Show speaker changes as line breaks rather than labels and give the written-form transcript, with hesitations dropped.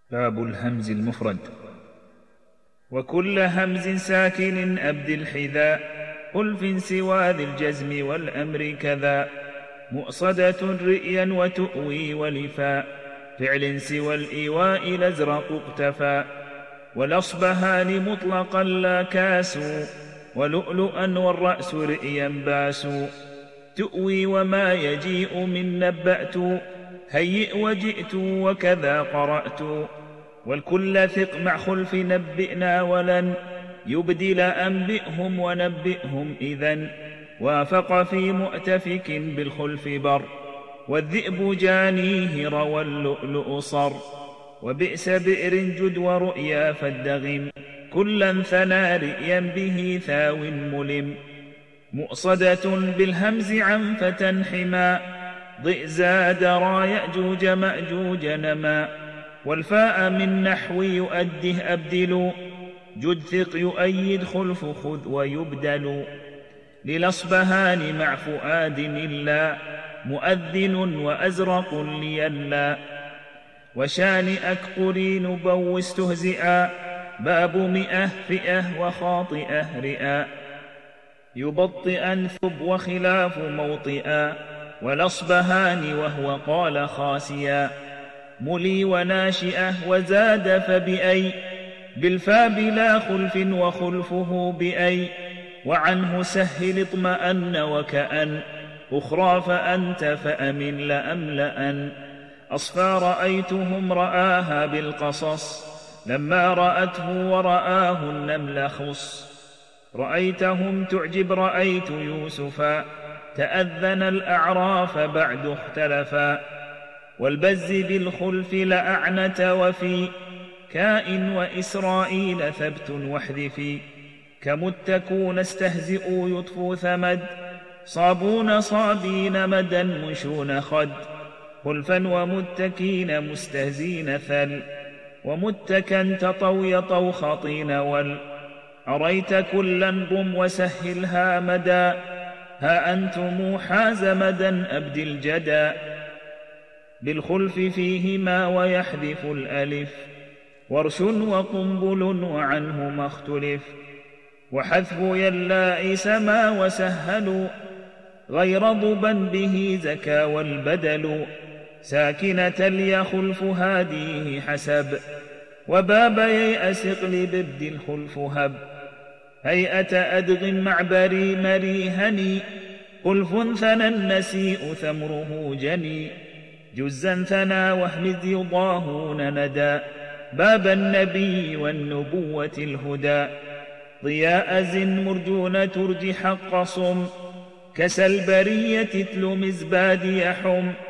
باب الهمز المفرد. وكل همز ساكن أبدل حذاء ألف سوى ذي الجزم والأمر كذا، مؤصدة رئيا وتؤوي ولفاء فعل سوى الإيواء الأزرق اقتفى، والأصبهان مطلقا لا كاسوا ولؤلؤا والرأس رئيا باسوا، تؤوي وما يجيء من نبأت هيئ وجئت وكذا قرأت، والكل ثق مع خلف نبئنا ولن يبدل أنبئهم ونبئهم إذن، وافق في مؤتفك بالخلف بر والذئب جانيه روى اللؤلؤ صر، وبئس بئر جد ورؤيا فالدغم كلا ثنى رئيا به ثاو ملم، مؤصدة بالهمز عن فتى حما ضئ زاد را يأجوج مأجوج نما، والفاء من نحو يؤده أبدل جد ثق يؤيد خلف خذ ويبدل، للأصبهان مع فؤاد إلا مؤذن وأزرق ليلا، وشانئك قرين بو استهزئا باب 100 فئة وخاطئة رئا، يبطئا ثب وخلاف موطئا، والأصبهان وهو قال خاسيا ملي وناشئة وزاد فبأي بالفا بلا خلف وخلفه بأي، وعنه سهل اطمأن وكأن أخرى فأنت فأمن لأملأن، أصفى رأيتهم رآها بالقصص لما رأته ورآه النمل خص، رأيتهم تعجب رأيت يوسفا تأذن الأعراف بعد اختلفا، والبز بالخلف لأعنة وفي كائن وإسرائيل ثبت واحذفي، كمتكون استهزئوا يطفو ثمد صابون صابين مدا مشون خد، خلفا ومتكين مستهزين ثل ومتكا تطو يطو خطين ول، أريت كلا رم وسهلها مدى ها أنتم حاز مدا أبدل جدا، بالخلف فيهما ويحذف الألف ورش وقنبل وعنه ما اختلف، وحذف يلاء سما وسهلوا غير ضبا به زكا والبدل، ساكنة ليخلف هاديه حسب وباب ييأس اقلب ابدل خلف هب، هيئة أدغ معبري مريهني خلف ثنى النسيء ثمره جني، جزا ثنى واهمز يضاهون ندى باب النبي والنبوة الهدى، ضياء زن مرجون ترجي حق صم كسى البرية تتل مزباد يحم،